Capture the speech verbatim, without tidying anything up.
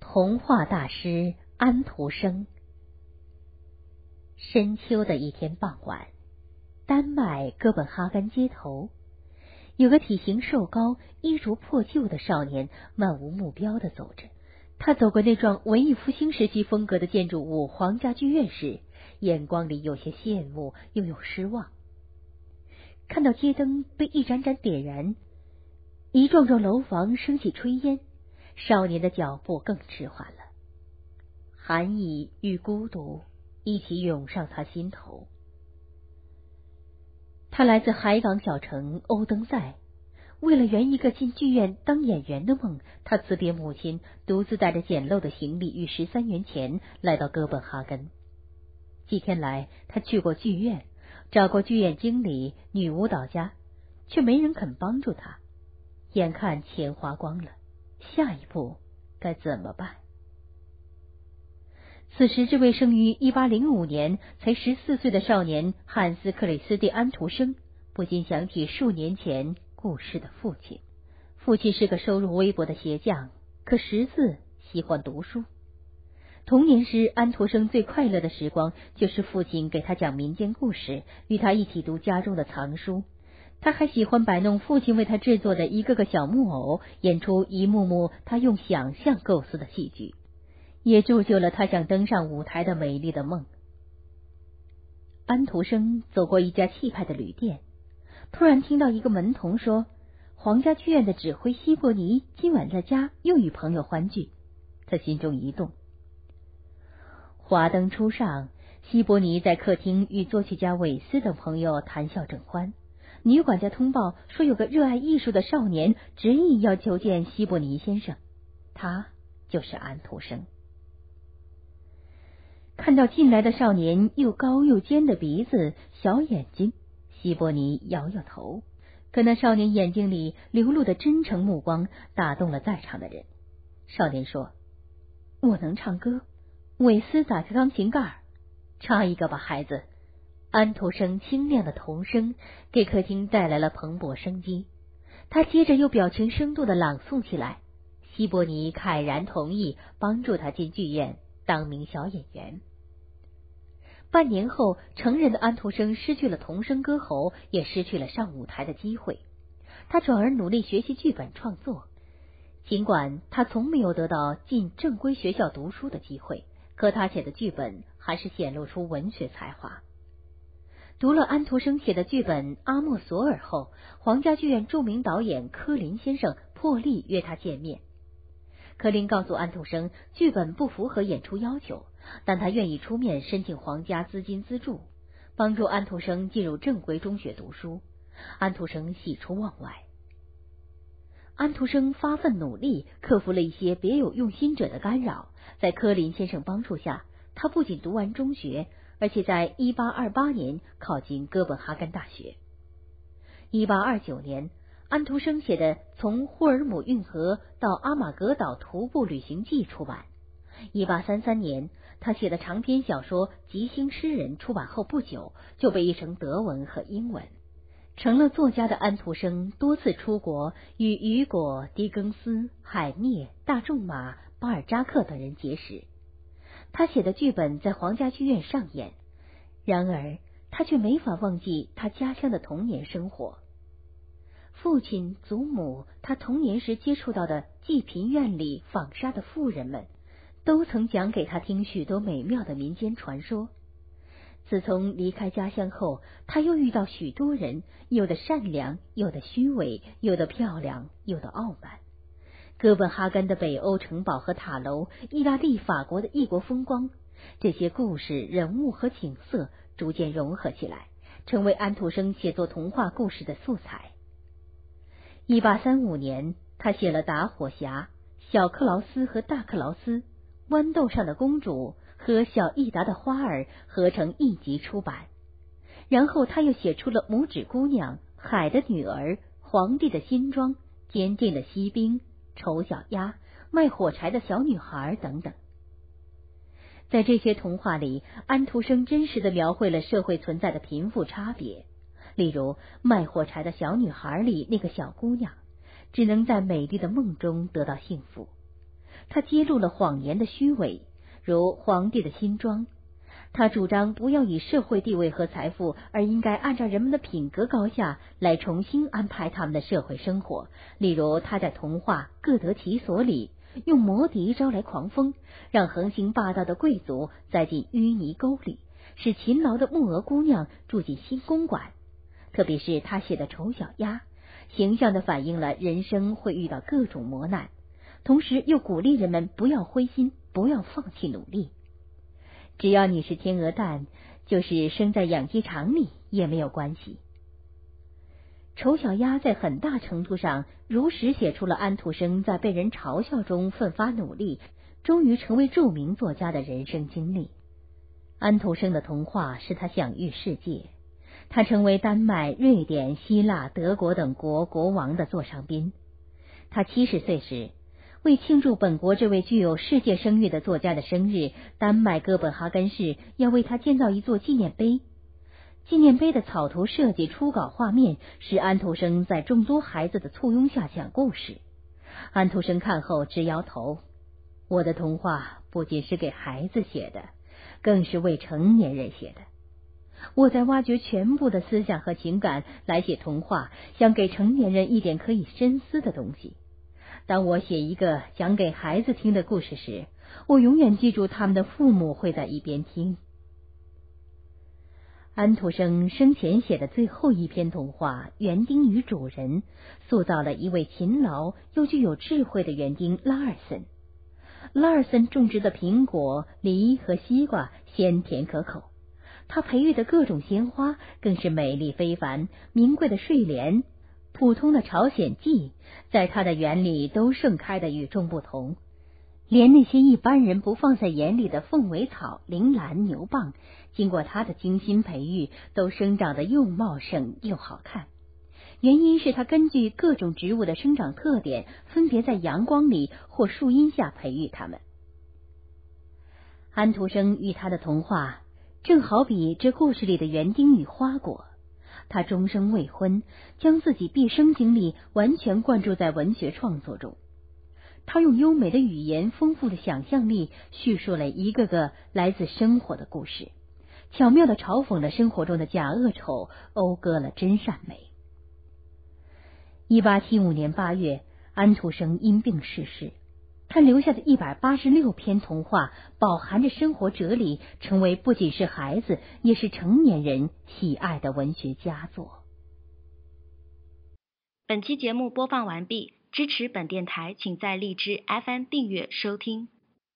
童话大师安徒生。深秋的一天傍晚，丹麦哥本哈根街头，有个体型瘦高、衣着破旧的少年漫无目标地走着。他走过那幢文艺复兴时期风格的建筑物皇家剧院时，眼光里有些羡慕又有失望。看到街灯被一盏盏点燃，一幢幢楼房升起炊烟，少年的脚步更迟缓了。寒意与孤独一起涌上他心头。他来自海港小城欧登塞，为了圆一个进剧院当演员的梦，他辞别母亲，独自带着简陋的行李与十三元钱来到哥本哈根。几天来，他去过剧院，找过剧院经理、女舞蹈家，却没人肯帮助他。眼看钱花光了，下一步该怎么办？此时，这位生于一八零五年才十四岁的少年汉斯·克里斯蒂安·图生不禁想起数年前故世的父亲。父亲是个收入微薄的鞋匠，可识字，喜欢读书。童年时，安徒生最快乐的时光就是父亲给他讲民间故事，与他一起读家中的藏书。他还喜欢摆弄父亲为他制作的一个个小木偶，演出一幕幕他用想象构思的戏剧，也铸就了他想登上舞台的美丽的梦。安徒生走过一家气派的旅店，突然听到一个门童说，皇家剧院的指挥希伯尼今晚在家又与朋友欢聚。他心中一动。华灯初上，希伯尼在客厅与作曲家韦斯等朋友谈笑正欢。女管家通报说，有个热爱艺术的少年执意要求见希伯尼先生，他就是安徒生。看到进来的少年又高又尖的鼻子、小眼睛，希伯尼摇摇头，可那少年眼睛里流露的真诚目光打动了在场的人。少年说，我能唱歌。韦斯打开钢琴盖，唱一个吧，孩子。安徒生清亮的童声给客厅带来了蓬勃生机。他接着又表情生动地朗诵起来。希伯尼慨然同意，帮助他进剧院当名小演员。半年后，成人的安徒生失去了童声歌喉，也失去了上舞台的机会。他转而努力学习剧本创作。尽管他从没有得到进正规学校读书的机会，可他写的剧本还是显露出文学才华。读了安徒生写的剧本《阿莫索尔》后，皇家剧院著名导演柯林先生破例约他见面。柯林告诉安徒生，剧本不符合演出要求，但他愿意出面申请皇家资金资助，帮助安徒生进入正规中学读书。安徒生喜出望外。安徒生发奋努力，克服了一些别有用心者的干扰。在柯林先生帮助下，他不仅读完中学，而且在一八二八年考进哥本哈根大学。一八二九年，安徒生写的《从霍尔姆运河到阿马格岛徒步旅行记》出版。一八三三年，他写的长篇小说《吉星诗人》出版后不久，就被译成德文和英文。成了作家的安徒生多次出国，与雨果、狄更斯、海涅、大仲马、巴尔扎克等人结识。他写的剧本在皇家剧院上演，然而他却没法忘记他家乡的童年生活。父亲、祖母，他童年时接触到的济贫院里纺纱的妇人们，都曾讲给他听许多美妙的民间传说。自从离开家乡后，他又遇到许多人，有的善良，有的虚伪，有的漂亮，有的傲慢。哥本哈根的北欧城堡和塔楼，意大利、法国的异国风光，这些故事、人物和景色逐渐融合起来，成为安徒生写作童话故事的素材。一八三五年，他写了《打火匣》、小克劳斯和大克劳斯、豌豆上的公主和小益达的花儿合成一集出版。然后他又写出了拇指姑娘、海的女儿、皇帝的新装、坚定的锡兵、丑小鸭、卖火柴的小女孩等等。在这些童话里，安徒生真实地描绘了社会存在的贫富差别。例如，卖火柴的小女孩里那个小姑娘，只能在美丽的梦中得到幸福。 他揭露了谎言的虚伪，如皇帝的新装。他主张不要以社会地位和财富，而应该按照人们的品格高下来重新安排他们的社会生活。例如，他在童话《各得其所》里用魔笛招来狂风，让横行霸道的贵族栽进淤泥沟里，使勤劳的木鹅姑娘住进新公馆。特别是他写的《丑小鸭》，形象地反映了人生会遇到各种磨难，同时又鼓励人们不要灰心，不要放弃努力。只要你是天鹅蛋，就是生在养鸡场里也没有关系。丑小鸭在很大程度上如实写出了安徒生在被人嘲笑中奋发努力，终于成为著名作家的人生经历。安徒生的童话使他享誉世界，他成为丹麦、瑞典、希腊、德国等国国王的座上宾。他七十岁时，为庆祝本国这位具有世界声誉的作家的生日，丹麦哥本哈根市要为他建造一座纪念碑。纪念碑的草图设计初稿画面是安徒生在众多孩子的簇拥下讲故事。安徒生看后直摇头，我的童话不仅是给孩子写的，更是为成年人写的。我在挖掘全部的思想和情感来写童话，想给成年人一点可以深思的东西。当我写一个讲给孩子听的故事时，我永远记住他们的父母会在一边听。安徒生生前写的最后一篇童话《园丁与主人》，塑造了一位勤劳又具有智慧的园丁拉尔森。拉尔森种植的苹果、梨和西瓜鲜甜可口，他培育的各种鲜花更是美丽非凡，名贵的睡莲、普通的朝鲜蓟，在他的园里都盛开的与众不同。连那些一般人不放在眼里的凤尾草、铃兰、牛蒡，经过他的精心培育，都生长得又茂盛又好看。原因是他根据各种植物的生长特点，分别在阳光里或树荫下培育它们。安徒生与他的童话正好比这故事里的园丁与花果。他终生未婚，将自己毕生精力完全灌注在文学创作中。他用优美的语言、丰富的想象力叙述了一个个来自生活的故事，巧妙地嘲讽了生活中的假恶丑，讴歌了真善美。一八七五年八月，安徒生因病逝世。他留下的一百八十六篇童话饱含着生活哲理，成为不仅是孩子也是成年人喜爱的文学佳作。 本期节目播放完毕，支持本电台请在荔枝 F M 订阅收听。